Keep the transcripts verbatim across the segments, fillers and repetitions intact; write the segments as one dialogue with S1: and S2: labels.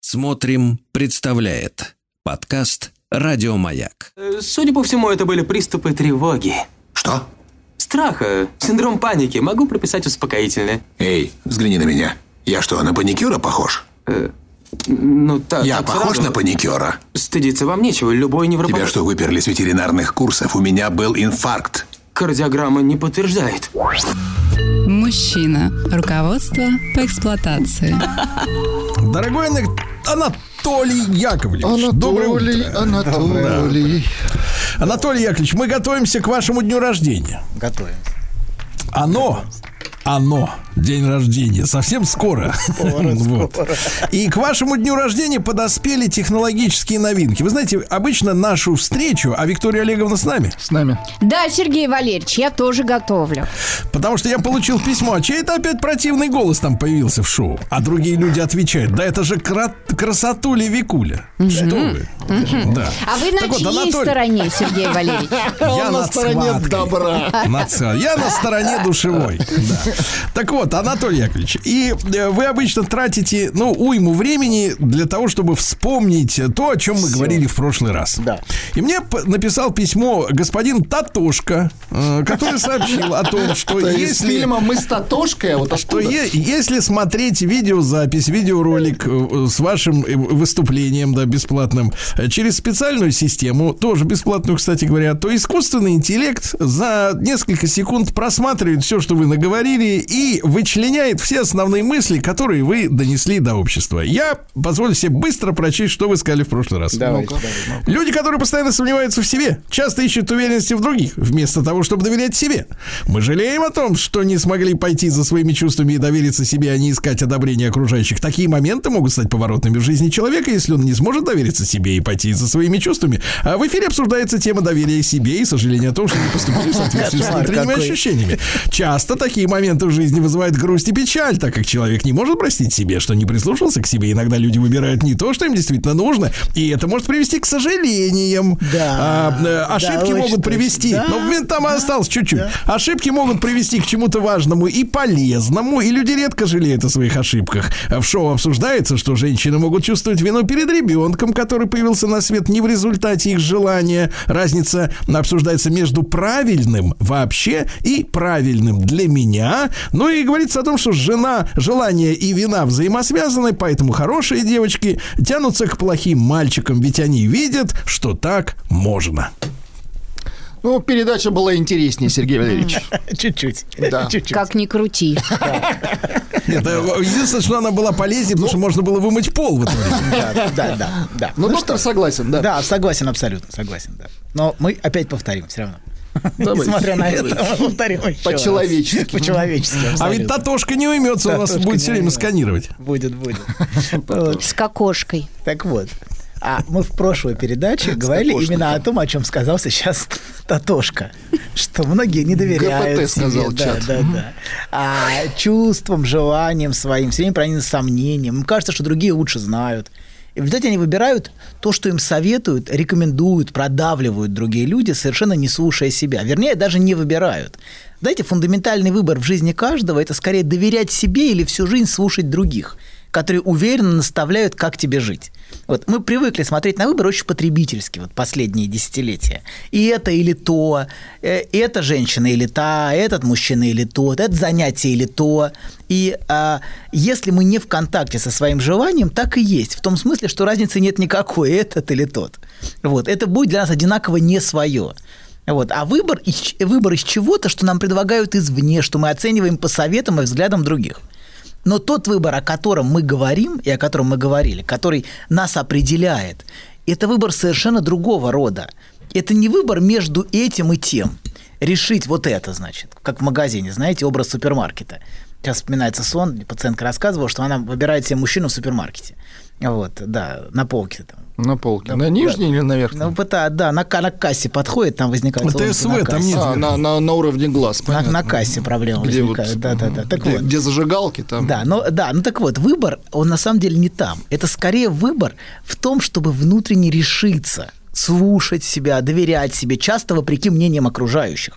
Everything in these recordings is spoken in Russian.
S1: Смотрим, представляет подкаст «Радио Маяк».
S2: Судя по всему, это были приступы тревоги.
S3: Что?
S2: Страха, синдром паники. Могу прописать успокоительное.
S3: Эй, взгляни на меня. Я что, на паникюра похож?
S2: Э, ну, так.
S3: Я
S2: так
S3: похож
S2: сразу.
S3: на паникюра?
S2: Стыдиться вам нечего, любой невропатолог.
S3: Тебя что, выперли с ветеринарных курсов? У меня был инфаркт.
S2: Кардиограмма не подтверждает.
S4: Мужчина. Руководство по эксплуатации.
S5: Дорогой Анатолий Яковлевич,
S6: Анатолий,
S5: доброе утро.
S6: Анатолий.
S5: Да. Анатолий Яковлевич, мы готовимся к вашему дню рождения.
S6: Готовимся.
S5: Оно, оно, день рождения, совсем скоро. Вот. И к вашему дню рождения подоспели технологические новинки. Вы знаете, обычно нашу встречу, а Виктория Олеговна с нами?
S6: С нами.
S7: Да, Сергей Валерьевич, я тоже готовлю.
S5: Потому что я получил письмо, а чей это опять противный голос там появился в шоу? А другие люди отвечают: да это же кра- красотуля Викуля. Mm-hmm. Что вы? Mm-hmm. Да.
S7: А вы на
S5: так
S7: чьей
S5: вот, Анатолий...
S7: стороне, Сергей Валерьевич?
S5: Я на
S6: стороне добра.
S5: Я на стороне душевой. Так вот, Анатолий Яковлевич, и вы обычно тратите, ну, уйму времени для того, чтобы вспомнить то, о чем мы Все. говорили в прошлый раз.
S6: Да.
S5: И мне написал письмо господин Татошка, который сообщил о том, что если...
S6: фильма «Мы с Татошкой», вот
S5: что е- если смотреть видеозапись, видеоролик с вашим выступлением, да, бесплатным, через специальную систему, тоже бесплатную, кстати говоря, то искусственный интеллект за несколько секунд просматривает все, что вы наговорили, и вычленяет все основные мысли, которые вы донесли до общества. Я позволю себе быстро прочесть, что вы сказали в прошлый раз.
S6: Давайте,
S5: Ну-ка.
S6: давайте.
S5: Люди, которые постоянно сомневаются в себе, часто ищут уверенности в других, вместо того, чтобы доверять себе. Мы жалеем о том, что не смогли пойти за своими чувствами и довериться себе, а не искать одобрения окружающих. Такие моменты могут стать поворотными в жизни человека, если он не сможет довериться себе и пойти за своими чувствами. А в эфире обсуждается тема доверия себе и сожаления о том, что не поступили в соответствии с внутренними ощущениями. Часто такие моменты в жизни вызывают грусть и печаль, так как человек не может простить себе, что не прислушался к себе. Иногда люди выбирают не то, что им действительно нужно, и это может привести к сожалениям.
S6: Да,
S5: а, ошибки
S6: да,
S5: могут привести, да, но ну, там да, осталось чуть-чуть. Да. Ошибки могут привести к чему-то важному и полезному, и люди редко жалеют о своих ошибках. В шоу обсуждается, что женщины могут чувствовать вину перед ребенком, который появился на свет не в результате их желания. Разница обсуждается между правильным вообще и правильным для меня. Ну и говорится о том, что жена, желание и вина взаимосвязаны, поэтому хорошие девочки тянутся к плохим мальчикам, ведь они видят, что так можно.
S6: Ну, передача была интереснее, Сергей Валерьевич.
S8: Чуть-чуть.
S6: Да.
S7: Чуть-чуть. Как ни крути.
S5: Нет, единственное, что она была полезнее, потому что можно было вымыть пол в это время.
S8: Да, да, да.
S6: Ну, доктор согласен, да.
S8: Да, согласен, абсолютно согласен, да. Но мы опять повторим все равно.
S6: Давайте.
S8: Несмотря на это, мы повторим еще
S6: По-человечески.
S8: По-человечески.
S5: А ведь Татошка не уймется, у нас будет все время сканировать.
S8: Будет, будет.
S7: С кокошкой.
S8: Так вот. А мы в прошлой передаче говорили именно о том, о чем сказал сейчас Татошка, что многие не доверяют
S6: ГПТ
S8: себе,
S6: сказал
S8: да,
S6: чат.
S8: да, да. А чувствам, желанием своим, все время пронизаны сомнением. Им кажется, что другие лучше знают. И в результате они выбирают то, что им советуют, рекомендуют, продавливают другие люди, совершенно не слушая себя. Вернее, даже не выбирают. Знаете, фундаментальный выбор в жизни каждого – это скорее доверять себе или всю жизнь слушать других, которые уверенно наставляют, как тебе жить. Вот мы привыкли смотреть на выбор очень потребительски вот последние десятилетия. И это или то, эта женщина или та, этот мужчина или тот, это занятие или то. И а, если мы не в контакте со своим желанием, так и есть. В том смысле, что разницы нет никакой, этот или тот. Вот. Это будет для нас одинаково не свое. Вот. А выбор из, выбор из чего-то, что нам предлагают извне, что мы оцениваем по советам и взглядам других. Но тот выбор, о котором мы говорим и о котором мы говорили, который нас определяет, это выбор совершенно другого рода. Это не выбор между этим и тем. Решить вот это, значит, как в магазине, знаете, образ супермаркета. Сейчас вспоминается сон, пациентка рассказывала, что она выбирает себе мужчину в супермаркете. Вот, да, на полке там.
S6: На полке.
S8: Да,
S6: на нижней
S8: да.
S6: или на верхней?
S8: Ну, да, да на, на кассе подходит, там возникает...
S5: ТСВ, там нет.
S6: А, на, на, на уровне глаз, понятно.
S8: На, на кассе проблема
S6: где
S8: возникает,
S6: вот,
S8: да, да, да. Так
S6: где,
S8: вот.
S6: где зажигалки там.
S8: Да, ну, да, ну так вот, выбор, он на самом деле не там. Это скорее выбор в том, чтобы внутренне решиться, слушать себя, доверять себе, часто вопреки мнениям окружающих.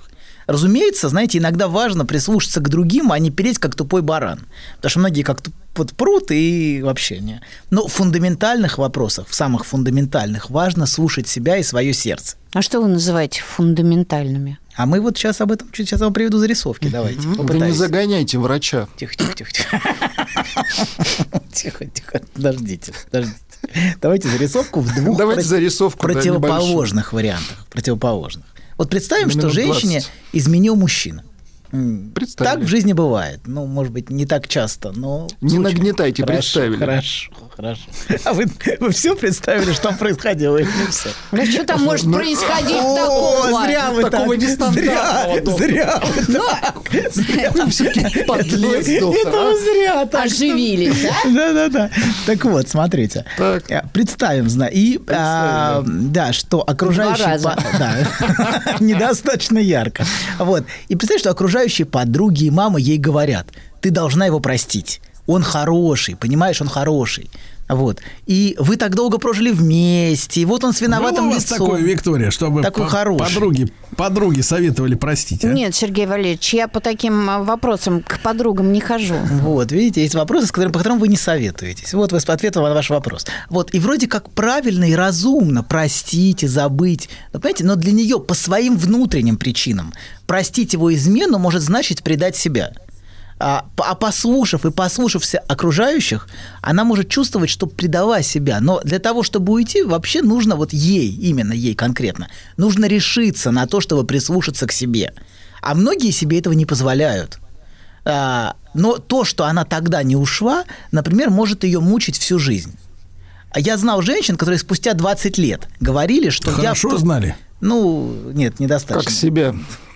S8: Разумеется, знаете, иногда важно прислушаться к другим, а не переть как тупой баран. Потому что многие как-то вот прут и вообще не. Но в фундаментальных вопросах, в самых фундаментальных, важно слушать себя и свое сердце.
S7: А что вы называете фундаментальными?
S8: А мы вот сейчас об этом, сейчас я вам приведу зарисовки, давайте.
S6: Вы не загоняйте врача.
S8: Тихо, тихо, тихо, тихо. Тихо, тихо, подождите, подождите. Давайте зарисовку в двух
S6: Давайте
S8: про-
S6: зарисовку, да,
S8: противоположных вариантах. Противоположных. Вот представим,
S6: На
S8: что
S6: минут
S8: женщине
S6: двадцать.
S8: изменил мужчина. М,
S6: Представили.
S8: Так в жизни бывает. Ну, может быть, не так часто, но...
S6: Не
S8: случай.
S6: нагнетайте,
S8: Хорошо,
S6: представили.
S8: Хорошо, хорошо. А вы, вы все представили, что там происходило? Или не все?
S7: Да что там может происходить
S8: О,
S7: такого?
S8: зря вы
S6: Такого
S8: так.
S6: нестандартного,
S8: Зря,
S6: доктор.
S8: зря вы так. Зря.
S6: Вы все-таки подлец, доктор.
S8: Это
S6: а?
S8: вы зря так.
S7: Оживились, да?
S8: Да-да-да. Так вот, смотрите.
S6: Так.
S8: Э, Представим, зна- и, а, да, что окружающие...
S7: Два раза.
S8: по- да, недостаточно ярко. Вот. И представь, что окружающие подруги и мамы ей говорят, ты должна его простить. Он хороший, понимаешь, он хороший. Вот. И вы так долго прожили вместе, и вот он с виноватым
S5: Было у вас
S8: лицом.
S5: такое, Виктория, чтобы
S8: Такой
S5: по-
S8: хороший.
S5: подруги, подруги советовали простить, а?
S7: Нет, Сергей Валерьевич, я по таким а, вопросам к подругам не хожу.
S8: Вот, видите, есть вопросы, с которыми, по которым вы не советуетесь. Вот вы ответ на ваш вопрос. Вот, и вроде как правильно и разумно простить и забыть. Но, понимаете, но для нее по своим внутренним причинам простить его измену может значить предать себя. А, а послушав и послушався окружающих, она может чувствовать, что предала себя. Но для того, чтобы уйти, вообще нужно вот ей, именно ей конкретно, нужно решиться на то, чтобы прислушаться к себе. А многие себе этого не позволяют. А, но то, что она тогда не ушла, например, может ее мучить всю жизнь. А я знал женщин, которые спустя двадцать лет говорили, что я...
S5: Хорошо знали?
S8: Ну, нет, недостаточно.
S6: Как себя.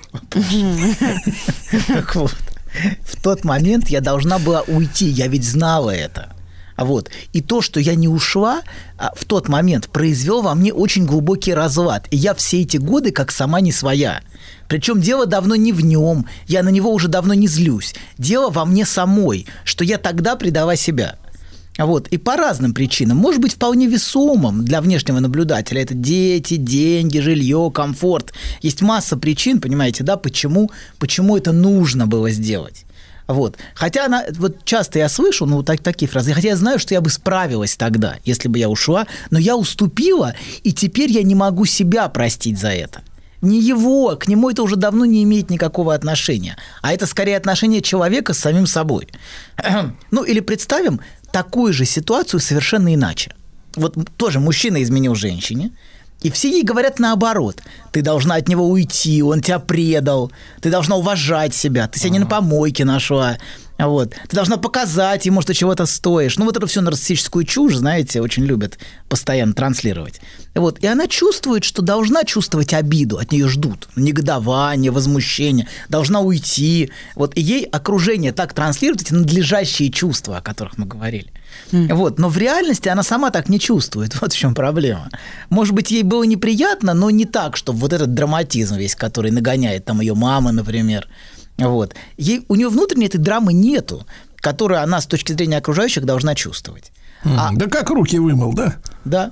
S8: Так вот. В тот момент я должна была уйти, я ведь знала это. Вот. И то, что я не ушла, в тот момент произвел во мне очень глубокий разлад. И я все эти годы как сама не своя. Причем дело давно не в нем, я на него уже давно не злюсь. Дело во мне самой, что я тогда предала себя. Вот. И по разным причинам. Может быть, вполне весомым для внешнего наблюдателя. Это дети, деньги, жилье, комфорт. Есть масса причин, понимаете, да, почему, почему это нужно было сделать. Вот. Хотя она, вот часто я слышу, ну, так, такие фразы, хотя я знаю, что я бы справилась тогда, если бы я ушла, но я уступила, и теперь я не могу себя простить за это. Не его, к нему это уже давно не имеет никакого отношения. А это скорее отношение человека с самим собой. Ну, или представим такую же ситуацию совершенно иначе. Вот тоже мужчина изменил женщине, и все ей говорят наоборот. Ты должна от него уйти, он тебя предал, ты должна уважать себя, ты себя не на помойке нашла. Вот. Ты должна показать ему, что чего-то стоишь. Ну, вот это все нарциссическую чушь, знаете, очень любят постоянно транслировать. Вот. И она чувствует, что должна чувствовать обиду, от нее ждут. Негодование, возмущение, должна уйти. Вот. И ей окружение так транслирует эти надлежащие чувства, о которых мы говорили. Mm. Вот. Но в реальности она сама так не чувствует. Вот в чем проблема. Может быть, ей было неприятно, но не так, чтобы вот этот драматизм весь, который нагоняет там ее мама, например. Вот. Ей, у нее внутренней этой драмы нету, которую она с точки зрения окружающих должна чувствовать.
S5: Mm,
S8: а,
S5: да как руки вымыл, да?
S8: Да.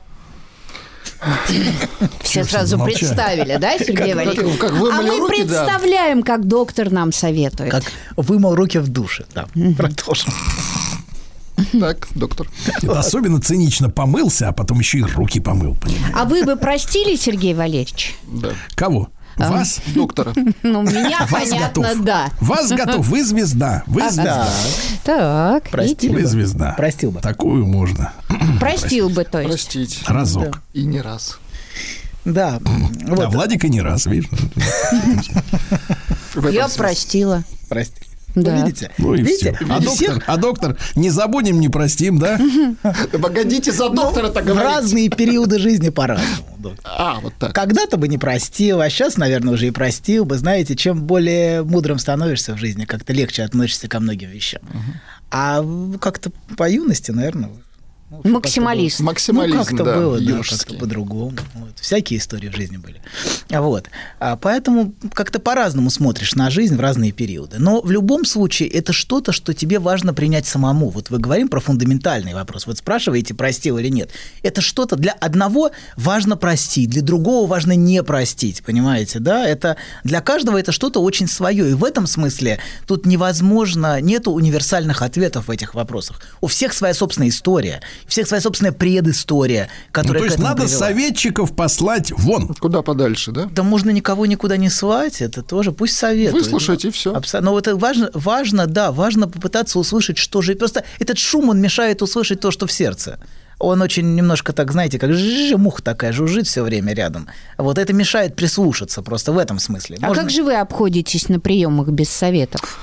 S7: Все
S5: все
S7: сразу
S5: замолчали?
S7: представили, да, Сергей Валерьевич?
S6: как
S7: А
S6: вымыли
S7: мы
S6: руки, да.
S7: представляем, как доктор нам советует.
S8: Как вымыл руки в душе. Да. Продолжим.
S6: Так, доктор.
S5: Это особенно цинично помылся, а потом еще и руки помыл. Понимаете?
S7: А вы бы простили, Сергей Валерьевич?
S6: Да.
S5: Кого? Вас?
S6: Доктора.
S7: Ну, меня,
S5: Вас
S7: понятно,
S5: готов.
S7: да.
S5: Вас готов. Вы звезда. Вы звезда.
S7: Так,
S8: Прости.
S5: Вы звезда.
S8: Простил бы.
S5: Такую можно.
S7: простил бы, то есть.
S6: Простить.
S5: Разок.
S6: И не раз.
S8: Да.
S5: А
S8: Вот.
S5: Владика не раз, видишь.
S6: В этом
S7: Я
S6: смысле.
S7: простила.
S8: Прости.
S7: Да.
S8: Вы видите?
S5: Ну и
S8: Видите?
S5: все. А
S8: И
S5: доктор,
S8: всех
S5: а доктор, не забудем, не простим, да?
S6: Да погодите, за доктора так
S8: в
S6: говорите.
S8: разные периоды жизни по-разному. доктор.
S6: А, вот так.
S8: Когда-то бы не простил, а сейчас, наверное, уже и простил бы. Знаете, чем более мудрым становишься в жизни, как-то легче относишься ко многим вещам. А как-то по юности, наверное, Ну,
S7: Максималист.
S6: Максимализм,
S8: ну, как-то
S6: да,
S8: было, да,
S6: юношеский.
S8: как-то по-другому. Вот. Всякие истории в жизни были. Вот. А поэтому как-то по-разному смотришь на жизнь в разные периоды. Но в любом случае это что-то, что тебе важно принять самому. Вот вы говорим про фундаментальный вопрос. Вот спрашиваете, простил или нет. Это что-то для одного важно простить, для другого важно не простить, понимаете, да? Это для каждого это что-то очень свое. И в этом смысле тут невозможно, нету универсальных ответов в этих вопросах. У всех своя собственная история. У всех своя собственная предыстория, которая
S5: ну, то есть
S8: к этому
S5: надо
S8: привела.
S5: советчиков послать вон.
S6: Куда подальше, да?
S8: Да можно никого никуда не свать, это тоже, пусть советуют.
S6: Выслушать, и всё.
S8: Абсо- Но это важно, важно, да, важно попытаться услышать, что же... Просто этот шум, он мешает услышать то, что в сердце. Он очень немножко так, знаете, как жжж, муха такая жужжит все время рядом. Вот это мешает прислушаться просто в этом смысле.
S7: А
S8: Можно-
S7: как же вы обходитесь на приемах без советов?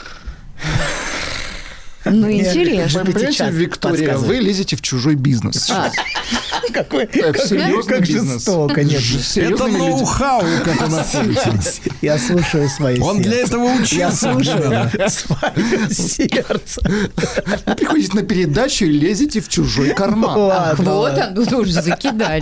S7: Ну,
S8: Нет,
S7: интересно.
S6: Вы понимаете,
S8: Сейчас
S6: Виктория,
S8: подсказывает.
S6: вы лезете в чужой бизнес.
S7: А,
S8: Какой,
S6: Э, в
S8: как,
S6: серьезный
S8: как
S6: бизнес.
S8: жестоко, нет.
S5: Это
S6: Серьезными людьми.
S5: ноу-хау, как он находится.
S8: Я слушаю свое
S5: Он
S8: сердце.
S5: для этого
S8: Я
S5: учился.
S8: слушаю свое сердце.
S6: Вы приходите на передачу и лезете в чужой карман.
S8: Ладно,
S7: вот
S8: ладно.
S7: он, тоже закидали.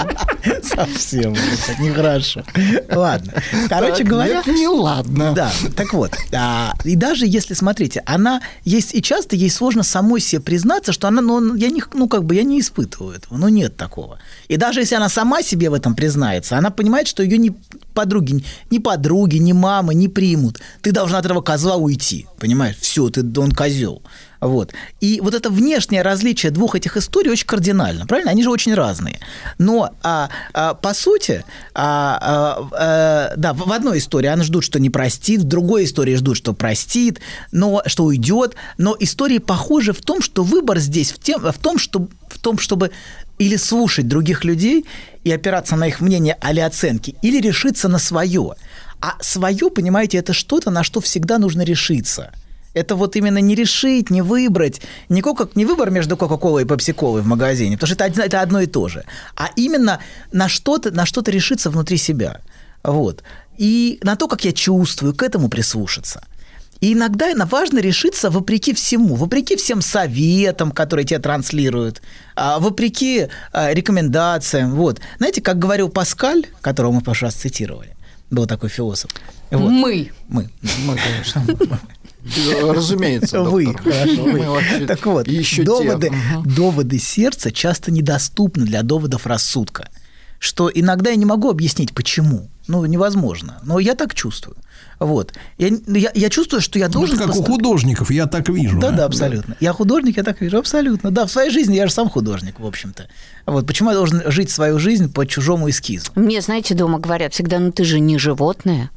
S8: Совсем уже так нехорошо. Ладно. Короче
S6: Так,
S8: говоря...
S6: нет, не ладно.
S8: Да, так вот. А, и даже если, смотрите, она есть, и часто ей сложно самой себе признаться, что она, ну, я не, ну, как бы, я не испытываю этого, ну, нет такого. И даже если она сама себе в этом признается, она понимает, что ее ни подруги, ни подруги, ни мамы не примут. Ты должна от этого козла уйти, понимаешь? Все, ты, он козел. Вот. И вот это внешнее различие двух этих историй очень кардинально, правильно? Они же очень разные. Но а, а, по сути, а, а, а, да, в одной истории она ждут, что не простит, в другой истории ждут, что простит, но что уйдет. Но истории похожи в том, что выбор здесь в, тем, в, том, что, в том, чтобы или слушать других людей и опираться на их мнение или оценки, или решиться на свое. А свое, понимаете, это что-то, на что всегда нужно решиться. Это вот именно не решить, не выбрать, не, кока, не выбор между Кока-Колой и Пепси-Колой в магазине, потому что это, это одно и то же, а именно на что-то, на что-то решиться внутри себя. Вот. И на то, как я чувствую, к этому прислушаться. И иногда важно решиться вопреки всему, вопреки всем советам, которые тебе транслируют, вопреки рекомендациям. Вот. Знаете, как говорил Паскаль, которого мы в прошлый раз цитировали, был такой философ. Вот.
S7: Мы.
S8: Мы.
S6: Мы, конечно. Разумеется, доктор.
S8: Вы, хорошо, вы.
S6: Мы вообще
S8: Так вот,
S6: еще
S8: доводы,
S6: те. Угу.
S8: доводы сердца часто недоступны для доводов рассудка, что иногда я не могу объяснить, почему. Ну, невозможно. Но я так чувствую. Вот. Я, я, я чувствую, что я должен...
S5: Ну, это как
S8: поступ...
S5: у художников, я так вижу.
S8: Да, да, абсолютно. Я художник, я так вижу, абсолютно. Да, в своей жизни я же сам художник, в общем-то. Вот. Почему я должен жить свою жизнь по чужому эскизу?
S7: Мне, знаете, дома говорят всегда, ну ты же не животное.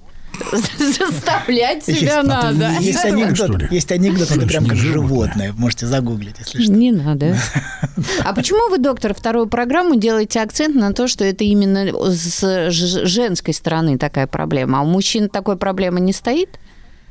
S7: Заставлять себя
S8: есть,
S7: надо.
S8: Есть
S5: Есть такое, что
S8: анекдот,
S5: ли?
S8: есть анекдот, это
S5: Что
S8: прям
S5: ж,
S8: как
S5: не
S8: животное.
S5: животное.
S8: Можете загуглить, если что.
S7: Не надо. А почему вы, доктор, вторую программу делаете акцент на то, что это именно с женской стороны такая проблема, а у мужчин такой проблемы не стоит?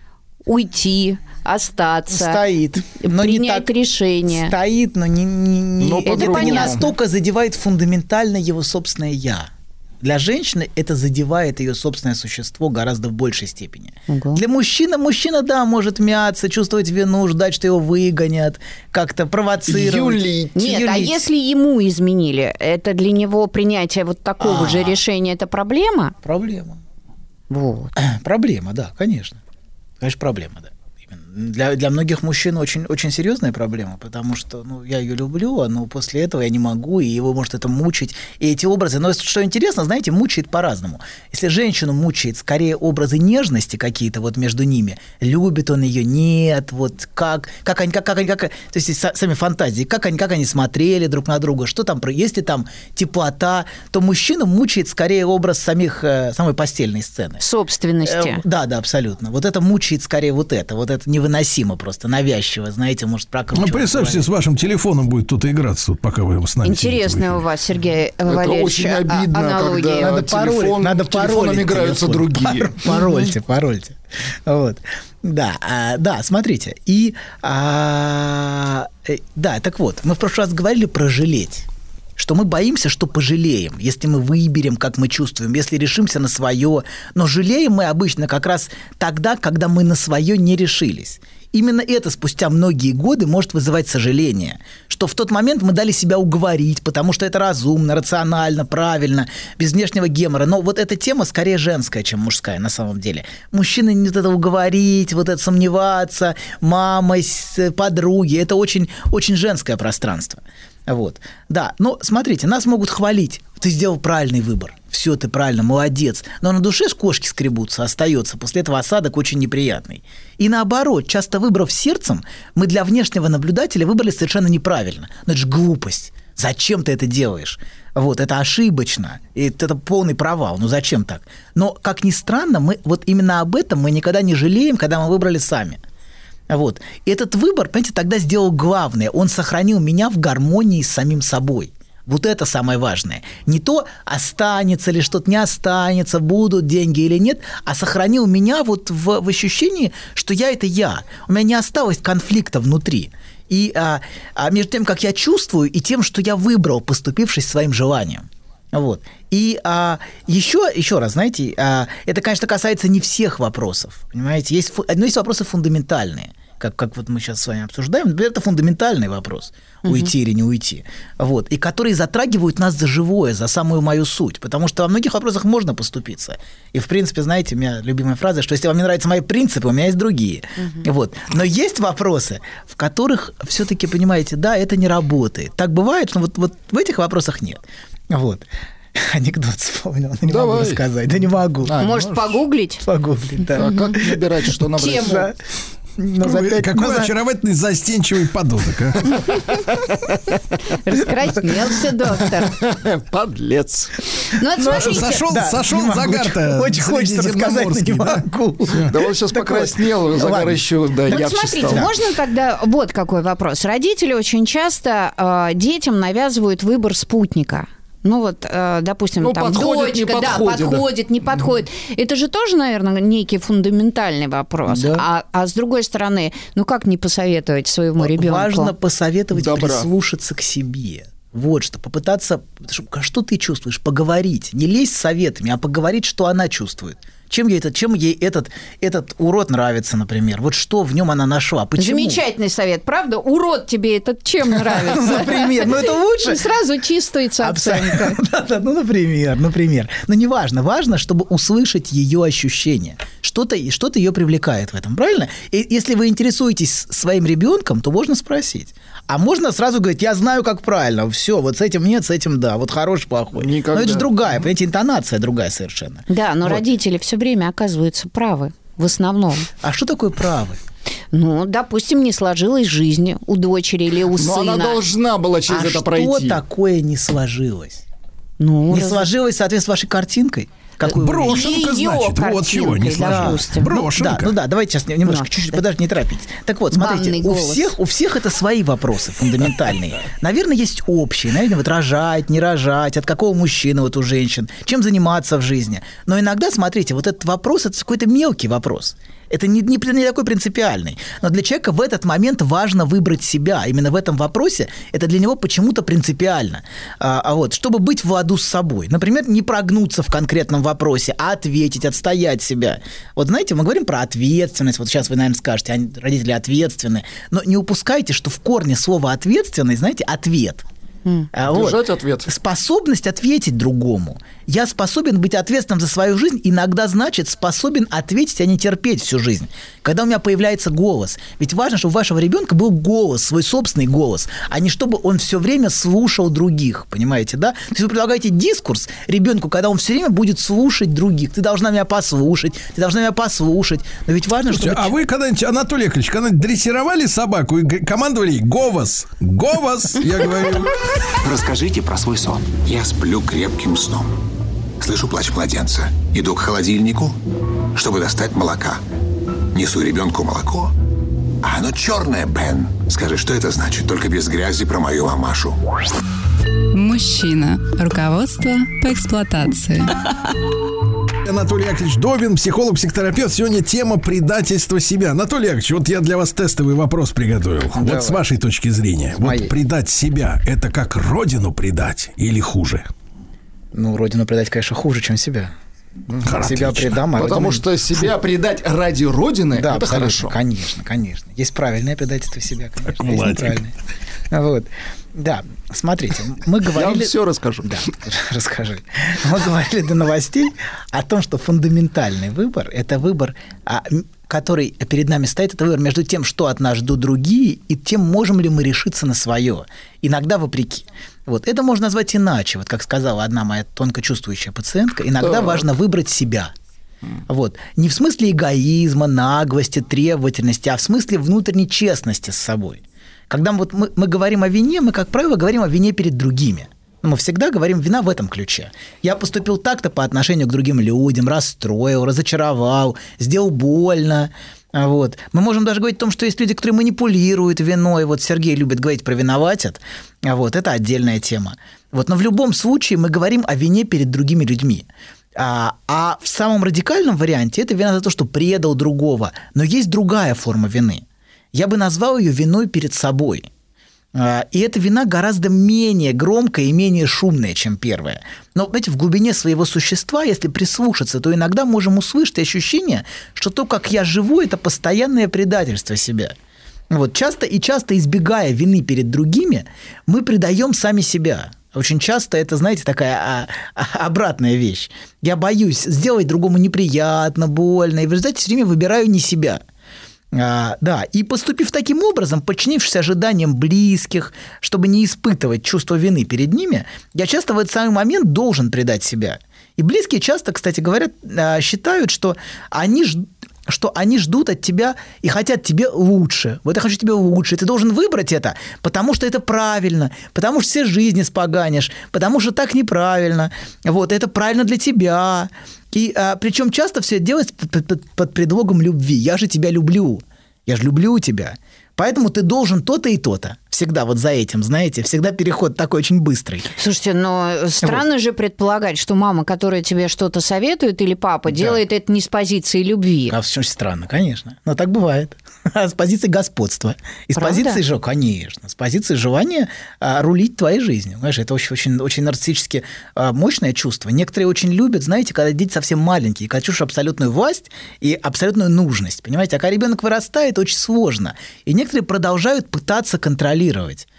S7: Уйти, остаться,
S8: Стоит. Но
S7: принять
S8: не так...
S7: решение.
S8: Стоит, но не, не, не...
S6: Но
S8: это
S6: по-другому.
S8: не настолько задевает фундаментально его собственное «я». Для женщины это задевает ее собственное существо гораздо в большей степени.
S7: Ого.
S8: Для мужчины, мужчина, да, может мяться, чувствовать вину, ждать, что его выгонят, как-то провоцировать.
S6: Юлить.
S7: Нет, а
S8: Юлить.
S7: если ему изменили, это для него принятие вот такого
S8: А.
S7: же решения, это проблема?
S8: Проблема.
S7: Вот.
S8: Проблема, да, конечно. Конечно, проблема, да. Для, для многих мужчин очень, очень серьезная проблема, потому что ну, я ее люблю, но после этого я не могу, и его может это мучить. И эти образы, но что интересно, знаете, мучает по-разному. Если женщину мучает скорее образы нежности какие-то вот между ними, любит он ее, нет, вот как, как они, как, как они, как, то есть сами фантазии, как они, как они смотрели друг на друга, что там, если там теплота, то мужчину мучает скорее образ самих, самой постельной сцены.
S7: Собственности.
S8: Э, да, да, абсолютно. Вот это мучает скорее вот это, вот это невыносимо просто, навязчиво, знаете, может прокручивать.
S5: Ну, представьте, с вашим телефоном будет кто-то играться, тут, пока вы с нами
S7: Интересная у вас, Сергей
S6: Это
S7: Валерьевич,
S6: очень обидно,
S7: аналогия.
S6: когда
S8: Надо пароль,
S6: телефон,
S8: надо
S6: телефоном
S8: паролить
S6: играются
S8: телефон.
S6: другие.
S8: Пар- Парольте, парольте. Вот. Да, а, да, смотрите. И, а, э, да, так вот, мы в прошлый раз говорили про жалеть. что мы боимся, что пожалеем, если мы выберем, как мы чувствуем, если решимся на свое. Но жалеем мы обычно как раз тогда, когда мы на свое не решились. Именно это спустя многие годы может вызывать сожаление, что в тот момент мы дали себя уговорить, потому что это разумно, рационально, правильно, без внешнего гемора. Но вот эта тема скорее женская, чем мужская на самом деле. Мужчины не вот это уговорить, вот это сомневаться, мамой, подруги, это очень, очень женское пространство. Вот. Да, но смотрите, нас могут хвалить. Ты сделал правильный выбор. Все, ты правильно, молодец. Но на душе кошки скребутся, остается. После этого осадок очень неприятный. И наоборот, часто выбрав сердцем, мы для внешнего наблюдателя выбрали совершенно неправильно. Но это же глупость. Зачем ты это делаешь? Вот, это ошибочно. И это полный провал. Ну зачем так? Но, как ни странно, мы вот именно об этом мы никогда не жалеем, когда мы выбрали сами. Вот. И этот выбор, понимаете, тогда сделал главное. Он сохранил меня в гармонии с самим собой. Вот это самое важное. Не то, останется ли что-то, не останется, будут деньги или нет, а сохранил меня вот в, в ощущении, что я – это я. У меня не осталось конфликта внутри. И а, а между тем, как я чувствую, и тем, что я выбрал, поступившись своим желанием. Вот. И а, еще, еще раз, знаете, а, это, конечно, касается не всех вопросов. Понимаете? Есть, но есть вопросы фундаментальные. Как, как вот мы сейчас с вами обсуждаем, это фундаментальный вопрос, угу. уйти или не уйти, вот, и которые затрагивают нас за живое, за самую мою суть, потому что во многих вопросах можно поступиться. И, в принципе, знаете, у меня любимая фраза, что если вам не нравятся мои принципы, у меня есть другие. Угу. Вот. Но есть вопросы, в которых все-таки, понимаете, да, это не работает. Так бывает, но вот, вот в этих вопросах нет. Вот. Анекдот вспомнил, но не Давай. могу рассказать, да не могу.
S7: А, Может, погуглить?
S8: Погуглить, да.
S6: А как набирать, что набрать?
S7: Тему.
S5: Ну, пять, какой за... очаровательный застенчивый подонок, а?
S7: Раскраснелся доктор.
S6: Подлец.
S7: Ну, вот смотрите.
S5: Сошел,
S8: да,
S5: сошел загар-то.
S8: Очень хочется рассказать, но не могу.
S6: Да он сейчас покраснел, загар еще да, ярче стал.
S7: Смотрите, можно тогда вот какой вопрос. Родители очень часто э, детям навязывают выбор спутника. Ну вот, э, допустим,
S6: ну,
S7: там
S6: подходит,
S7: дочка,
S6: не
S7: да,
S6: подходит,
S7: подходит,
S6: да.
S7: не подходит. Это же тоже, наверное, некий фундаментальный вопрос. Да. А, а с другой стороны, ну как не посоветовать своему ребенку?
S8: Важно посоветовать
S6: Добра.
S8: прислушаться к себе. Вот что, попытаться, что ты чувствуешь, поговорить, не лезть с советами, а поговорить, что она чувствует. Чем ей, этот, чем ей этот, этот урод нравится, например? Вот что в нем она нашла? Почему?
S7: Замечательный совет, правда? Урод тебе этот чем нравится?
S8: Например, ну это лучше.
S7: Сразу чистуется оценка.
S8: Да-да, ну, например, например. Но не важно. Важно, чтобы услышать ее ощущения. Что-то, что-то ее привлекает в этом, правильно? И если вы интересуетесь своим ребенком, то можно спросить. А можно сразу говорить, я знаю, как правильно. Все, вот с этим нет, с этим да. Вот хороший, плохой.
S6: Никогда.
S8: Но это же другая, понимаете, интонация другая совершенно.
S7: Да, но
S8: вот.
S7: Родители все время оказываются правы, в основном.
S8: А что такое правы?
S7: Ну, допустим, не сложилась жизнь у дочери или у
S6: Но
S7: сына.
S6: она должна была через
S8: а
S6: это пройти.
S8: А что такое не сложилось?
S7: Ну,
S8: не
S7: раз...
S8: сложилось, соответственно, с вашей картинкой? Какую
S5: брошенка,
S7: Её
S5: значит, вот чего не сложилось.
S7: Да.
S5: Брошенка.
S8: Ну да, ну да, давайте сейчас немножко, да, чуть-чуть, да. подожди, не торопитесь. Так вот, смотрите, у всех, у всех это свои вопросы фундаментальные. Наверное, есть общие, наверное, вот рожать, не рожать, от какого мужчины вот у женщин, чем заниматься в жизни. Но иногда, смотрите, вот этот вопрос, это какой-то мелкий вопрос. Это не, не, не такой принципиальный. Но для человека в этот момент важно выбрать себя. Именно в этом вопросе это для него почему-то принципиально. А, а вот, чтобы быть в ладу с собой. Например, не прогнуться в конкретном вопросе, а ответить, отстоять себя. Вот знаете, мы говорим про ответственность. Вот сейчас вы, наверное, скажете, родители ответственны. Но не упускайте, что в корне слова «ответственность», знаете, ответ.
S6: Держать вот. Ответ.
S8: Способность ответить другому. Я способен быть ответственным за свою жизнь, иногда значит способен ответить, а не терпеть всю жизнь. Когда у меня появляется голос. Ведь важно, чтобы у вашего ребенка был голос, свой собственный голос, а не чтобы он все время слушал других. Понимаете, да? То есть вы предлагаете дискурс ребенку, когда он все время будет слушать других. Ты должна меня послушать, ты должна меня послушать. Но ведь важно,
S5: Слушайте,
S8: чтобы...
S5: А вы когда-нибудь, Анатолий Яковлевич, когда-нибудь дрессировали собаку и командовали ей «Говос! Говос!» Я говорю...
S3: Расскажите про свой сон. Я сплю крепким сном. Слышу плач младенца. Иду к холодильнику, чтобы достать молока. Несу ребенку молоко. А оно черное, Бен. Скажи, что это значит? Только без грязи про мою мамашу.
S4: Мужчина. Руководство по эксплуатации.
S5: Анатолий Яковлевич Добин, психолог, психотерапевт. Сегодня тема предательства себя. Анатолий Яковлевич, вот я для вас тестовый вопрос приготовил. Давай. Вот с вашей точки зрения. С вот моей. Предать себя, это как родину предать или хуже?
S8: Ну, родину предать, конечно, хуже, чем себя.
S5: Хорошо.
S8: Себя предам, а
S6: Потому
S8: родину...
S6: что себя предать ради родины,
S8: да,
S6: это хорошо.
S8: Конечно, конечно. Есть правильное предательство себя, конечно. Есть неправильное. Вот. Да, смотрите, мы говорили...
S6: Я вам все расскажу.
S8: Да, расскажи. Мы говорили до новостей о том, что фундаментальный выбор – это выбор, который перед нами стоит, это выбор между тем, что от нас ждут другие, и тем, можем ли мы решиться на свое. Иногда вопреки. Вот. Это можно назвать иначе. Вот как сказала одна моя тонко чувствующая пациентка, иногда так. важно выбрать себя. Вот. Не в смысле эгоизма, наглости, требовательности, а в смысле внутренней честности с собой. Когда мы, вот мы, мы говорим о вине, мы, как правило, говорим о вине перед другими. Мы всегда говорим вина в этом ключе. Я поступил так-то по отношению к другим людям, расстроил, разочаровал, сделал больно. Вот. Мы можем даже говорить о том, что есть люди, которые манипулируют виной. Вот Сергей любит говорить про виноватят. Вот. Это отдельная тема. Вот. Но в любом случае мы говорим о вине перед другими людьми. А, а в самом радикальном варианте это вина за то, что предал другого. Но есть другая форма вины. Я бы назвал ее виной перед собой. И эта вина гораздо менее громкая и менее шумная, чем первая. Но, знаете, в глубине своего существа, если прислушаться, то иногда можем услышать ощущение, что то, как я живу, это постоянное предательство себя. Вот. Часто и часто, избегая вины перед другими, мы предаем сами себя. Очень часто это, знаете, такая а, а, обратная вещь. Я боюсь сделать другому неприятно, больно, и в результате все время выбираю не себя. А, да, и поступив таким образом, подчинившись ожиданиям близких, чтобы не испытывать чувство вины перед ними, я часто в этот самый момент должен предать себя. И близкие часто, кстати говоря, считают, что они, что они ждут от тебя и хотят тебе лучше. Вот я хочу тебе лучше, и ты должен выбрать это, потому что это правильно, потому что все жизни споганишь, потому что так неправильно, вот, это правильно для тебя. И а, причем часто все это делается под, под, под предлогом любви. Я же тебя люблю, я же люблю тебя. Поэтому ты должен то-то и то-то. Всегда вот за этим, знаете, всегда переход такой очень быстрый.
S7: Слушайте, но странно вот. же предполагать, что мама, которая тебе что-то советует, или папа, да. делает это не с позиции любви.
S8: А все странно, конечно. Но так бывает. А с позиции господства. И с Правда? позиции же, конечно, с позиции желания а, рулить твоей жизнью. Знаешь, это очень, очень, очень нарциссически а, мощное чувство. Некоторые очень любят, знаете, когда дети совсем маленькие, когда чувствуешь абсолютную власть и абсолютную нужность. Понимаете, а когда ребенок вырастает, очень сложно. И некоторые продолжают пытаться контролировать.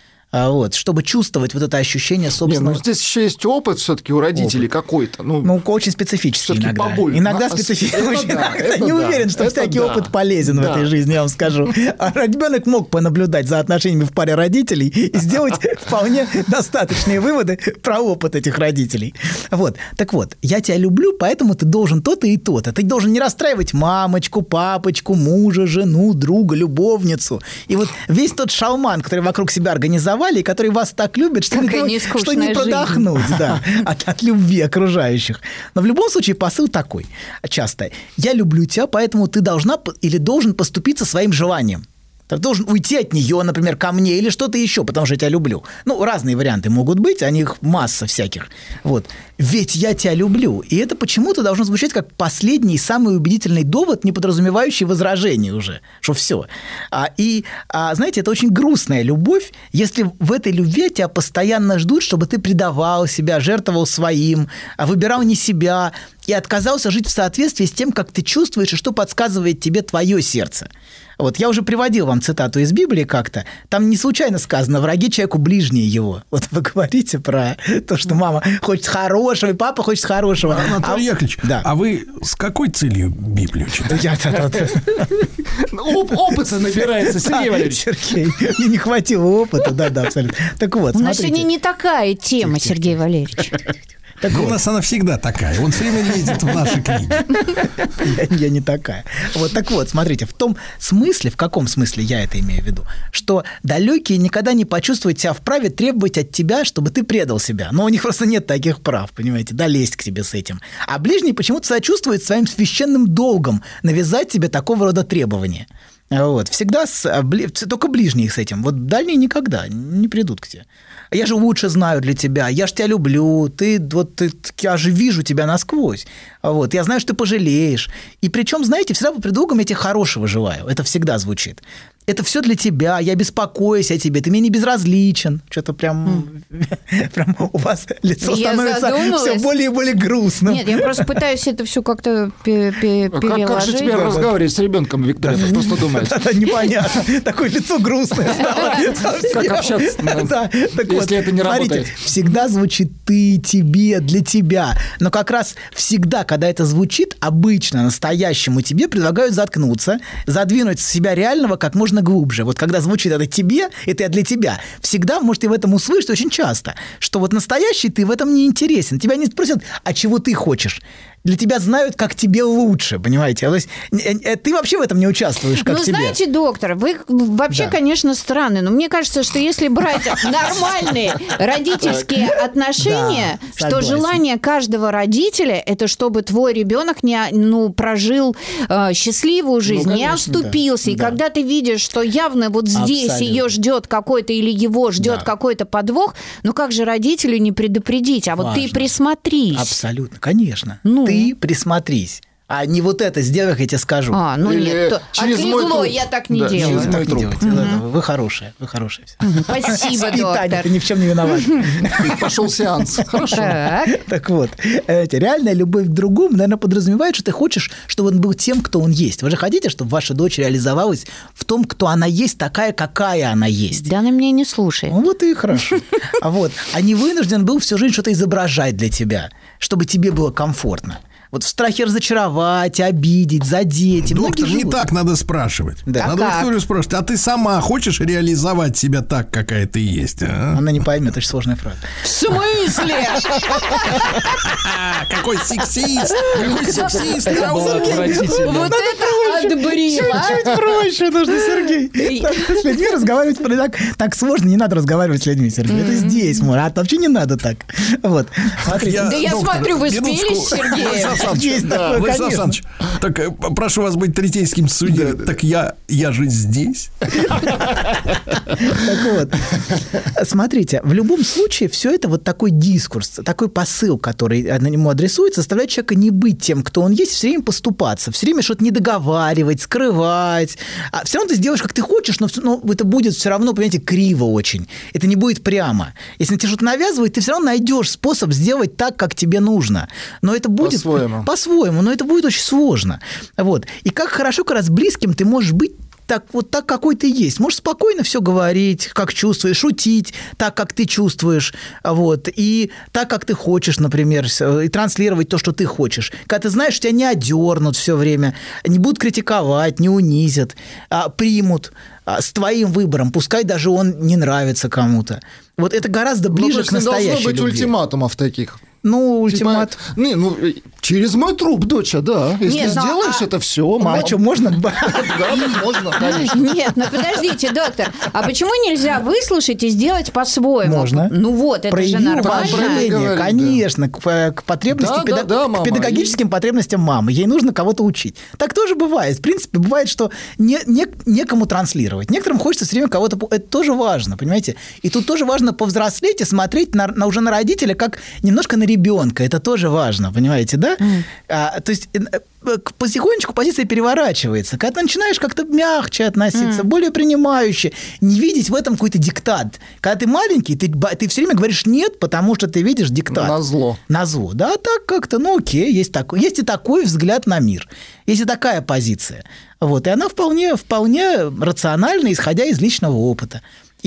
S8: Вот, чтобы чувствовать вот это ощущение собственного...
S6: Не, ну здесь еще есть опыт все-таки у родителей опыт. какой-то. Ну,
S8: ну, очень специфический иногда.
S6: Побольше.
S8: Иногда
S6: а,
S8: специфический.
S6: Да,
S8: не
S6: да,
S8: уверен, что всякий да. опыт полезен да. в этой жизни, я вам скажу. А ребенок мог понаблюдать за отношениями в паре родителей и сделать вполне достаточные выводы про опыт этих родителей. Вот. Так вот, я тебя люблю, поэтому ты должен то-то и то-то. Ты должен не расстраивать мамочку, папочку, мужа, жену, друга, любовницу. И вот весь тот шалман, который вокруг себя организовали, и который вас так любит, что, не, что не продохнуть да, от, от любви окружающих. Но в любом случае посыл такой часто. Я люблю тебя, поэтому ты должна или должен поступиться своим желанием. Ты должен уйти от нее, например, ко мне или что-то еще, потому что я тебя люблю. Ну, разные варианты могут быть, а них масса всяких. Вот. Ведь я тебя люблю. И это почему-то должно звучать как последний и самый убедительный довод, не подразумевающий возражение уже, что все. А, и, а, знаете, это очень грустная любовь, если в этой любви тебя постоянно ждут, чтобы ты предавал себя, жертвовал своим, выбирал не себя и отказался жить в соответствии с тем, как ты чувствуешь и что подсказывает тебе твое сердце. Вот я уже приводил вам цитату из Библии как-то. Там не случайно сказано «враги человеку ближние его». Вот вы говорите про то, что мама хочет хорошего, и папа хочет хорошего.
S5: Анатолий а, Яковлевич, да. а вы с какой целью Библию читаете?
S6: Опыта набирается, Сергей Валерьевич.
S8: Сергей, мне не хватило опыта, да-да, абсолютно. Так вот,
S7: у нас сегодня не такая тема, Сергей Валерьевич.
S5: Так вот. У нас она всегда такая. Он все время лезет в наши книги.
S8: Я, я не такая. Вот так вот, смотрите, в том смысле, в каком смысле я это имею в виду, что далекие никогда не почувствуют себя вправе требовать от тебя, чтобы ты предал себя. Но у них просто нет таких прав, понимаете, да, лезть к тебе с этим. А ближние почему-то себя чувствуют своим священным долгом навязать тебе такого рода требования. Вот. Всегда с, только ближние с этим. Вот дальние никогда не придут к тебе. Я же лучше знаю для тебя, я же тебя люблю, ты, вот, ты, я же вижу тебя насквозь. Вот. Я знаю, что ты пожалеешь. И причем, знаете, всегда по предлогам я тебе хорошего желаю. Это всегда звучит. Это все для тебя, я беспокоюсь о тебе, ты мне не безразличен. Что-то прям, mm. прям у вас лицо я становится задумалась. Все более и более грустным.
S7: Нет, я просто пытаюсь это все как-то переложить.
S6: Как, как же тебе разговаривать с ребенком, Виктория? Ты просто думаешь.
S8: Это непонятно. Такое лицо грустное стало.
S6: Как общаться, если это не работает?
S8: Всегда звучит ты, тебе, для тебя. Но как раз всегда, когда это звучит, обычно настоящему тебе предлагают заткнуться, задвинуть себя реального как можно глубже. Вот когда звучит это тебе, это для тебя. Всегда можете в этом услышать очень часто, что вот настоящий ты в этом не интересен. Тебя не спросят, а чего ты хочешь. Для тебя знают, как тебе лучше, понимаете? То есть ты вообще в этом не участвуешь, как
S7: ну,
S8: тебе.
S7: Ну, знаете, доктор, вы вообще, да. конечно, странный, но мне кажется, что если брать нормальные родительские отношения, что желание каждого родителя – это чтобы твой ребенок не, ну, прожил э, счастливую жизнь, не оступился. И когда ты видишь, что явно вот здесь ее ждет какой-то или его ждет какой-то подвох, ну как же родителю не предупредить? А вот ты присмотрись.
S8: Абсолютно, конечно. Ну, ты присмотрись. А не вот это сделай, как я тебе скажу.
S7: А, ну Или нет, то, через отлегло, я так не да, делаю.
S8: Так не делайте. Угу. Вы хорошие, вы хорошие.
S7: Угу. Спасибо, доктор.
S8: Таня, ты ни в чем не виноват.
S6: Пошел сеанс. Хорошо.
S8: Так вот, реальная любовь к другому, наверное, подразумевает, что ты хочешь, чтобы он был тем, кто он есть. Вы же хотите, чтобы ваша дочь реализовалась в том, кто она есть, такая, какая она есть.
S7: Да она меня не слушает.
S8: Ну вот и хорошо. А вот, а не вынужден был всю жизнь что-то изображать для тебя, чтобы тебе было комфортно. Вот в страхе разочаровать, обидеть, задеть.
S5: Доктор, не так надо спрашивать. Да. Надо а Викторию спрашивать, а ты сама хочешь реализовать себя так, какая ты есть? А?
S8: Она не поймет, очень сложная фраза.
S7: В смысле?
S5: Какой сексист! Какой сексист!
S7: Вот это отбрила.
S8: Чуть проще нужно, Сергей. С людьми разговаривать так сложно, не надо разговаривать с людьми, Сергей. Это здесь, а вообще не надо так. Вот.
S7: Да я смотрю, вы спелись, Сергей.
S5: Есть да, такое, Владислав Александрович, так прошу вас быть третейским судьей. Да, так я, я же здесь.
S8: Так вот, смотрите, в любом случае все это вот такой дискурс, такой посыл, который на нему адресуется, заставляет человека не быть тем, кто он есть, все время поступаться, все время что-то недоговаривать, скрывать. А все равно ты сделаешь, как ты хочешь, но, но это будет все равно, понимаете, криво очень. Это не будет прямо. Если тебе что-то навязывают, ты все равно найдешь способ сделать так, как тебе нужно. Но это будет...
S6: По-своему.
S8: По-своему, но это будет очень сложно. Вот. И как хорошо, как раз близким ты можешь быть так, вот так, какой ты есть. Можешь спокойно все говорить, как чувствуешь, шутить так, как ты чувствуешь, вот, и так, как ты хочешь, например, и транслировать то, что ты хочешь. Когда ты знаешь, тебя не одернут все время, не будут критиковать, не унизят, а примут а, с твоим выбором, пускай даже он не нравится кому-то. Вот это гораздо ближе к настоящей любви.
S6: Не должно быть ультиматумов таких.
S8: Ну, ультимат...
S6: Типа, не, ну, через мой труп, доча, да. Если Нет, сделаешь а... это все, мама...
S8: А что, можно?
S6: Да, можно, конечно.
S7: Нет, ну подождите, доктор, а почему нельзя выслушать и сделать по-своему?
S8: Можно.
S7: Ну вот, это же нормально.
S8: Конечно, к потребностям, к педагогическим потребностям мамы. Ей нужно кого-то учить. Так тоже бывает. В принципе, бывает, что некому транслировать. Некоторым хочется все время кого-то... Это тоже важно, понимаете? И тут тоже важно повзрослеть и смотреть уже на родителя как немножко на ребенка, это тоже важно, понимаете, да? Mm. А, то есть потихонечку позиция переворачивается. Когда ты начинаешь как-то мягче относиться, mm. более принимающе, не видеть в этом какой-то диктат. Когда ты маленький, ты, ты все время говоришь «нет», потому что ты видишь диктат.
S6: Назло.
S8: Назло, да, так как-то, ну окей, есть, такой, есть и такой взгляд на мир, есть и такая позиция. Вот, и она вполне, вполне рациональна, исходя из личного опыта.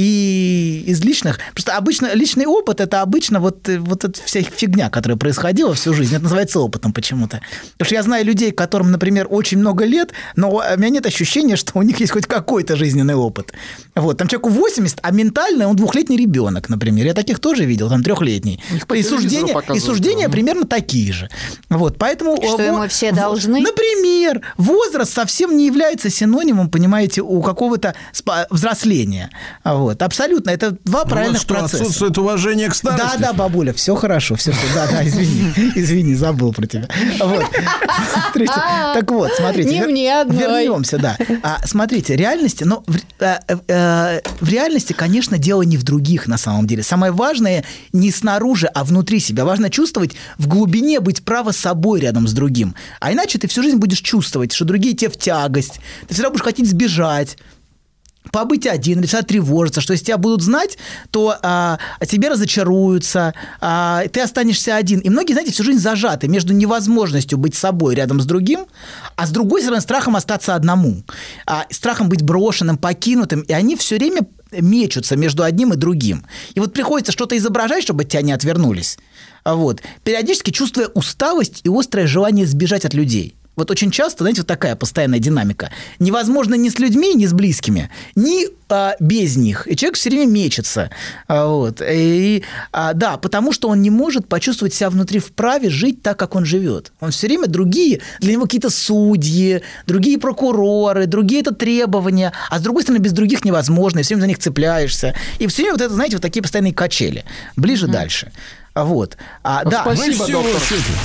S8: И из личных... Просто обычно личный опыт – это обычно вот, вот эта вся фигня, которая происходила всю жизнь. Это называется опытом почему-то. Потому что я знаю людей, которым, например, очень много лет, но у меня нет ощущения, что у них есть хоть какой-то жизненный опыт. Вот. Там человеку восемьдесят, а ментально он двухлетний ребенок, например. Я таких тоже видел, там трехлетний. И суждения, и суждения примерно такие же. Вот. Поэтому,
S7: что вот, мы все должны?
S8: Например, возраст совсем не является синонимом, понимаете, у какого-то взросления. Вот, абсолютно, это два правильных
S5: вот что,
S8: процесса.
S5: Отсутствует уважение к старости.
S8: Да, да, бабуля, все хорошо, все, все, да, да, извини, извини, забыл про тебя. Вот. Смотрите, так вот, смотрите.
S7: Не мне одной.
S8: Вернемся, да. А, смотрите, реальности, ну, в, э, э, в реальности, конечно, дело не в других на самом деле. Самое важное не снаружи, а внутри себя. Важно чувствовать в глубине, быть право собой рядом с другим. А иначе ты всю жизнь будешь чувствовать, что другие тебе в тягость. Ты всегда будешь хотеть сбежать, побыть один, или всегда тревожиться, что если тебя будут знать, то а, о тебе разочаруются, а, ты останешься один. И многие, знаете, всю жизнь зажаты между невозможностью быть собой рядом с другим, а с другой стороны страхом остаться одному, а, страхом быть брошенным, покинутым, и они все время мечутся между одним и другим. И вот приходится что-то изображать, чтобы от тебя не отвернулись, вот, периодически чувствуя усталость и острое желание сбежать от людей. Вот очень часто, знаете, вот такая постоянная динамика. Невозможно ни с людьми, ни с близкими, ни а, без них. И человек все время мечется. А, вот. И, а, да, потому что он не может почувствовать себя внутри вправе жить так, как он живет. Он все время другие, для него какие-то судьи, другие прокуроры, другие это требования, а с другой стороны, без других невозможно, и все время за них цепляешься. И все время вот это, знаете, вот такие постоянные качели. Ближе, mm-hmm. дальше. Вот. А, да.
S9: Спасибо, доктор.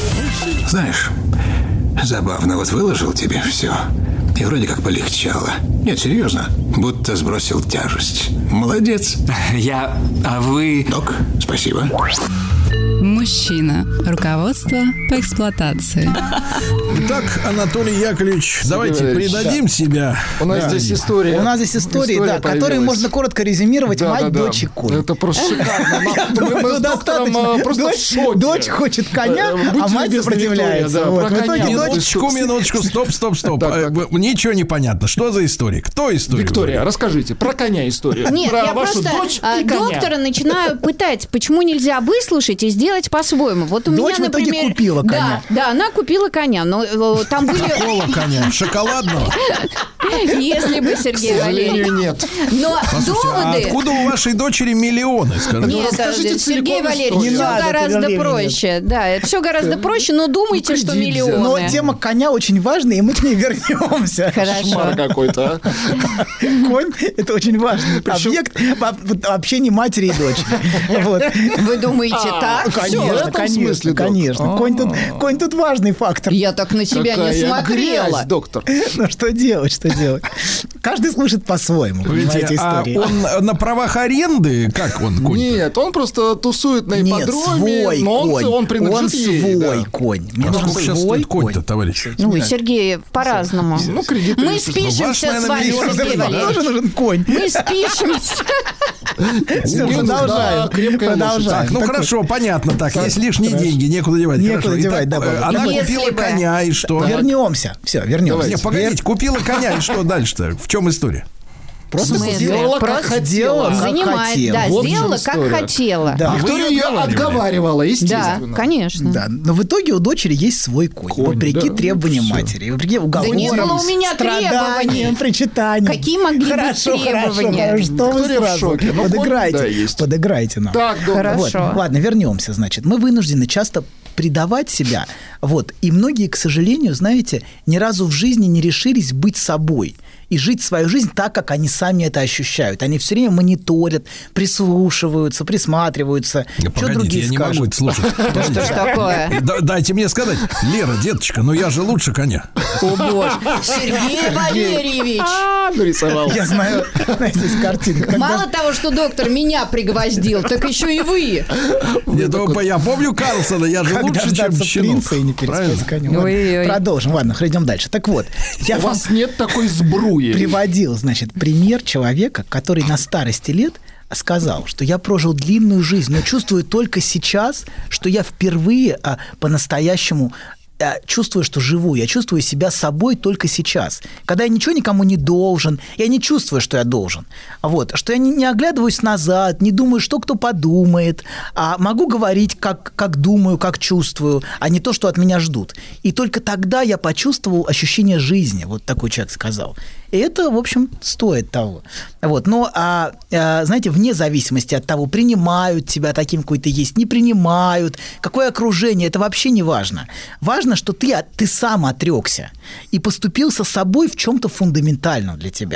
S3: Знаешь, забавно, вот выложил тебе все, и вроде как полегчало. Нет, серьезно, будто сбросил тяжесть. Молодец.
S2: Я... А вы...
S3: Док, спасибо.
S4: Мужчина. Руководство по эксплуатации.
S5: Итак, Анатолий Яковлевич, давайте
S9: говоришь,
S5: придадим
S9: да.
S5: себя.
S9: У нас
S5: да.
S9: здесь история.
S8: У нас здесь истории,
S9: история
S8: да, которые
S9: появилась.
S8: можно коротко резюмировать.
S9: Да,
S8: Мать,
S9: да, да.
S8: дочь и конь.
S9: Это просто шикарно.
S8: Я
S9: Мы-
S8: думаю,
S9: мы
S8: это
S9: с доктором,
S8: достаточно.
S9: э, просто в
S8: Дочь-
S9: шоке.
S8: Дочь хочет коня,
S9: Э, будьте
S8: а мать
S9: любезны,
S8: сопротивляется.
S9: Виктория, да,
S8: Вот.
S9: про
S8: В итоге
S9: коня.
S8: дочь...
S5: Минуточку, минуточку, стоп, стоп, стоп.
S9: Так, так.
S5: Э, Ничего не понятно. Что за история? Кто история?
S9: Виктория, расскажите про коня историю.
S7: Нет,
S9: про
S7: я
S9: вашу
S7: просто
S9: дочь
S7: а,
S9: и коня.
S7: доктора начинаю пытать, почему нельзя выслушать и сделать по-своему. Вот у
S8: Дочь
S7: меня,
S8: в итоге
S7: например,
S8: купила коня.
S7: Да, да, она купила коня, но э, там были,
S5: Какого коня? Шоколадного?
S7: если бы
S9: К
S7: Сергей Валерьевич.
S9: сожалению, нет.
S7: Но
S5: Послушайте, а
S7: доводы.
S5: откуда у вашей дочери миллионы, скажите?
S7: Нет,
S9: расскажите
S7: э, Сергей
S9: целиком
S7: Валерьевич,
S9: историю.
S7: все
S8: Не надо,
S7: гораздо
S8: времени
S7: проще. Да, это все гораздо проще, но думайте,
S9: Ну,
S7: что
S9: кредит взял.
S7: миллионы.
S8: Но тема коня очень важная, и мы к ней вернемся.
S7: Хорошо.
S9: Шмар какой-то, а.
S8: Конь – это очень важный объект в общении матери и дочери. Вот.
S7: Вы думаете так?
S9: в
S8: Конечно,
S9: этом
S8: конечно,
S9: смысле, док?
S8: конечно. Конь тут, конь тут важный фактор.
S7: Я так на себя не
S9: Какая
S7: смотрела.
S9: грязь, доктор.
S8: Ну, что делать, что делать? Каждый слышит по-своему, понимаете,
S5: Погодите, а
S8: истории.
S5: он на правах аренды? Как он, конь?
S9: Нет, он просто тусует на
S8: Нет,
S9: ипподроме,
S8: свой
S9: но он,
S8: конь.
S9: он принадлежит
S8: Он
S9: ей,
S8: свой
S9: да.
S8: конь. Мне
S5: А
S8: нужен
S5: сколько сейчас
S8: свой
S5: стоит конь-то, товарищ?
S7: Ну, и Сергей, по-разному.
S9: Ну, кредит
S7: Мы
S9: переписывать.
S5: Ваш,
S7: спишемся с
S5: наверное,
S7: вами,
S5: миллион
S7: Сергей
S5: рублей.
S7: Валерьевич.
S8: Тоже нужен конь.
S7: Мы спишемся.
S8: Все,
S9: Мне нужна
S8: продолжаем.
S9: крепкая лошадь.
S8: Продолжаем.
S5: Так, ну
S8: Так
S5: хорошо, понятно. Так, есть лишние деньги, некуда девать.
S8: Некуда
S5: Хорошо.
S8: девать, да,
S5: Итак,
S8: Баба.
S5: она
S7: Если
S5: купила
S7: бы-
S5: коня, и что?
S8: вот, Вернемся. Все, вернемся.
S5: Не, погодите, купила коня, и что дальше-то? В чем история?
S8: Просто
S7: В смысле?
S8: сделала, как
S7: Просто
S8: хотела. как
S7: Занимает,
S8: хотела.
S7: да,
S9: Вот в чем
S7: сделала, как
S9: история.
S7: хотела.
S8: Да.
S5: А вы
S9: Виктория
S5: ее
S9: ее
S5: отговаривали?
S9: отговаривала,
S7: Да,
S9: естественно.
S7: конечно.
S8: Да, но в итоге у дочери есть свой конь,
S9: Конь,
S8: вопреки
S9: да.
S8: требованиям
S9: Всё.
S8: матери, вопреки уговорам,
S7: не было у меня
S8: страданиям,
S7: требований.
S8: причитаниям.
S7: Какие могли быть
S8: хорошо,
S7: требования?
S8: Хорошо, что вы
S9: Виктория в
S8: сразу
S9: шоке. Ну,
S8: подыграйте,
S9: конь, да, есть.
S8: подыграйте нам.
S9: Так, доктор.
S7: Хорошо.
S8: Вот, ладно, вернемся, значит. Мы вынуждены часто предавать себя. Вот. И многие, к сожалению, знаете, ни разу в жизни не решились быть собой и жить свою жизнь так, как они сами это ощущают. Они все время мониторят, прислушиваются, присматриваются.
S5: Да,
S8: что
S5: погодите,
S8: другие
S5: я не
S8: скажут.
S5: могу это слушать.
S7: Да что ж такое?
S5: Да- Дайте мне сказать, Лера, деточка, ну я же лучше коня.
S7: О, боже. Сергей Валерьевич.
S9: А, нарисовал.
S8: Я знаю, знаете, есть картинка. когда-
S7: Мало того, что доктор меня пригвоздил, так еще и вы.
S5: Нет, ну, я помню Карлсона, я же
S8: Как
S5: лучше, чем
S8: дождаться
S5: щенок.
S8: принца и не переспать
S5: Правильно?
S8: с конем. Ладно,
S7: Ой-ой-ой.
S8: продолжим. Ладно, идем дальше. Так вот, я
S9: У
S8: вам
S9: вас нет такой сбруи.
S8: приводил, значит, пример человека, который на старости лет сказал, что я прожил длинную жизнь, но чувствую только сейчас, что я впервые а, по-настоящему а, чувствую, что живу. Я чувствую себя собой только сейчас. Когда я ничего никому не должен, я не чувствую, что я должен. Вот. Что я не, не оглядываюсь назад, не думаю, что кто подумает, а могу говорить, как, как думаю, как чувствую, а не то, что от меня ждут. И только тогда я почувствовал ощущение жизни. Вот такой человек сказал. И это, в общем, стоит того. Вот. Но, а, а, знаете, вне зависимости от того, принимают тебя таким, какой ты есть, не принимают, какое окружение, это вообще не важно. Важно, что ты, ты сам отрекся и поступил со собой в чем-то фундаментальном для тебя.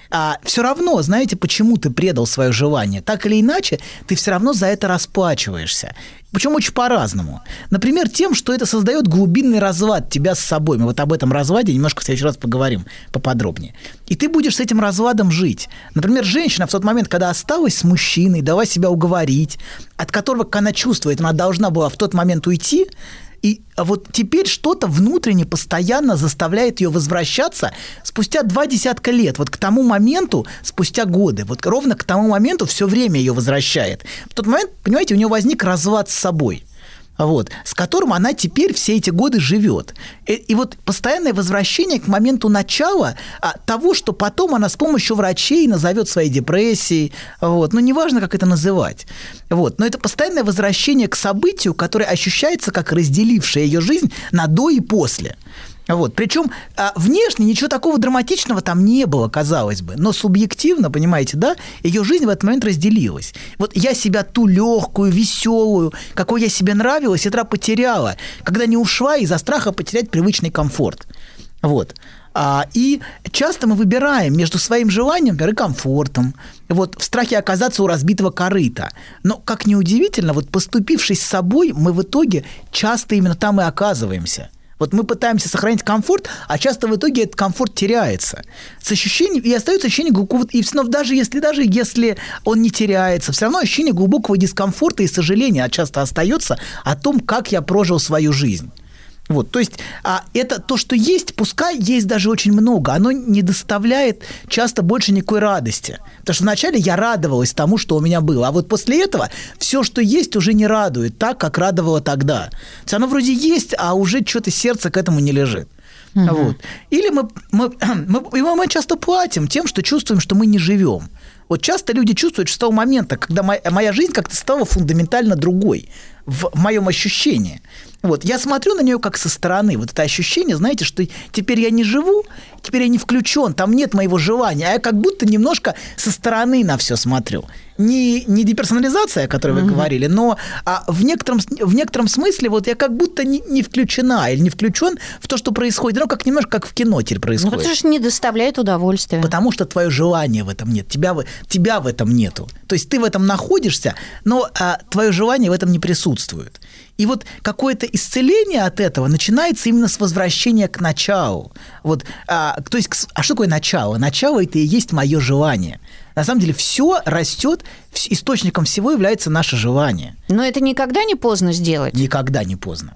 S8: а, все равно, знаете, почему ты предал свое желание? Так или иначе, ты все равно за это расплачиваешься. Причем очень по-разному. Например, тем, что это создает глубинный разлад тебя с собой. Мы вот об этом разладе немножко в следующий раз поговорим поподробнее. И ты будешь с этим разладом жить. Например, женщина в тот момент, когда осталась с мужчиной, дала себя уговорить, от которого, как она чувствует, она должна была в тот момент уйти, и вот теперь что-то внутренне постоянно заставляет ее возвращаться спустя два десятка лет, вот к тому моменту, спустя годы, вот ровно к тому моменту все время ее возвращает. В тот момент, понимаете, у нее возник разлад с собой. Вот, с которым она теперь все эти годы живет. И, и вот постоянное возвращение к моменту начала а, того, что потом она с помощью врачей назовет своей депрессией, вот, ну, неважно, как это называть. Вот, но это постоянное возвращение к событию, которое ощущается как разделившее ее жизнь на до и после. Вот. Причем а, внешне ничего такого драматичного там не было, казалось бы, но субъективно, понимаете, да, ее жизнь в этот момент разделилась. Вот я себя ту легкую, веселую, какой я себе нравилась, я тогда потеряла, когда не ушла из-за страха потерять привычный комфорт. Вот. А, и часто мы выбираем между своим желанием, например, и комфортом, вот, в страхе оказаться у разбитого корыта. Но, как ни удивительно, вот, поступившись с собой, мы в итоге часто именно там и оказываемся. Вот мы пытаемся сохранить комфорт, а часто в итоге этот комфорт теряется. С ощущением, и остается ощущение глубокого... И даже если, даже если он не теряется, все равно ощущение глубокого дискомфорта и сожаления часто остается о том, как я прожил свою жизнь. Вот, то есть а, это то, что есть, пускай есть даже очень много, оно не доставляет часто больше никакой радости. Потому что вначале я радовалась тому, что у меня было, а вот после этого все, что есть, уже не радует так, как радовало тогда. То есть оно вроде есть, а уже что-то сердце к этому не лежит. Угу. Вот. Или мы, мы, мы, мы часто платим тем, что чувствуем, что мы не живем. Вот часто люди чувствуют, что с того момента, когда моя, моя жизнь как-то стала фундаментально другой в, в моем ощущении. Вот, я смотрю на нее как со стороны. Вот это ощущение, знаете, что теперь я не живу, теперь я не включен, там нет моего желания, а я как будто немножко со стороны на все смотрю. Не, не деперсонализация, о которой вы угу. говорили, но а в, некотором, в некотором смысле вот я как будто не, не включена или не включен в то, что происходит. Ну, как немножко как в кино теперь происходит.
S7: Ну, потому что не доставляет удовольствия.
S8: Потому что твое желание в этом нет, тебя, тебя в этом нету. То есть ты в этом находишься, но а, твое желание в этом не присутствует. И вот какое-то исцеление от этого начинается именно с возвращения к началу. Вот, а, то есть, а что такое начало? Начало – это и есть мое желание. На самом деле все растет, источником всего является наше желание.
S7: Но это никогда не поздно сделать?
S8: Никогда не поздно.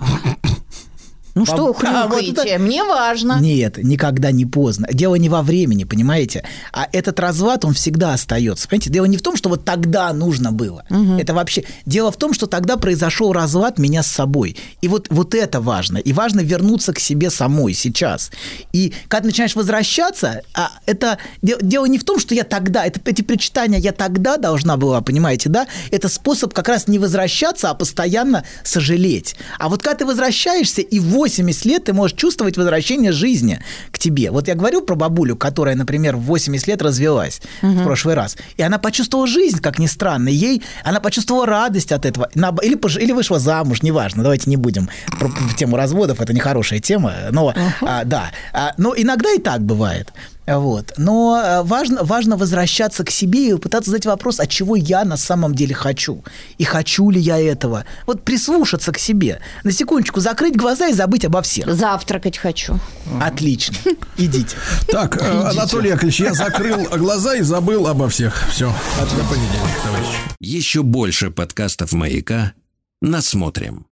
S7: Ну что вы хрюкаете? А, вот это... Мне важно.
S8: Нет, никогда не поздно. Дело не во времени, понимаете? А этот разлад, он всегда остается. Понимаете? Дело не в том, что вот тогда нужно было. Угу. Это вообще... Дело в том, что тогда произошел разлад меня с собой. И вот, вот это важно. И важно вернуться к себе самой сейчас. И когда ты начинаешь возвращаться, а это... Дело не в том, что я тогда... Это, эти причитания «я тогда должна была», понимаете, да? Это способ как раз не возвращаться, а постоянно сожалеть. А вот когда ты возвращаешься, и в восемьдесят лет ты можешь чувствовать возвращение жизни к тебе. Вот я говорю про бабулю, которая, например, в восемьдесят лет развелась угу. в прошлый раз. И она почувствовала жизнь, как ни странно. Ей она почувствовала радость от этого. Или, или вышла замуж, неважно. Давайте не будем про тему разводов. Это нехорошая тема. Но, угу. а, да. А, но иногда и так бывает. Вот. Но важно, важно возвращаться к себе и пытаться задать вопрос, а чего я на самом деле хочу? И хочу ли я этого? Вот прислушаться к себе. На секундочку закрыть глаза и забыть обо всех.
S7: Завтракать хочу.
S8: Отлично. Идите.
S5: Так, Анатолий Яковлевич, я закрыл глаза и забыл обо всех. Все. До понедельника, товарищи.
S1: Еще больше подкастов «Маяка» насмотрим.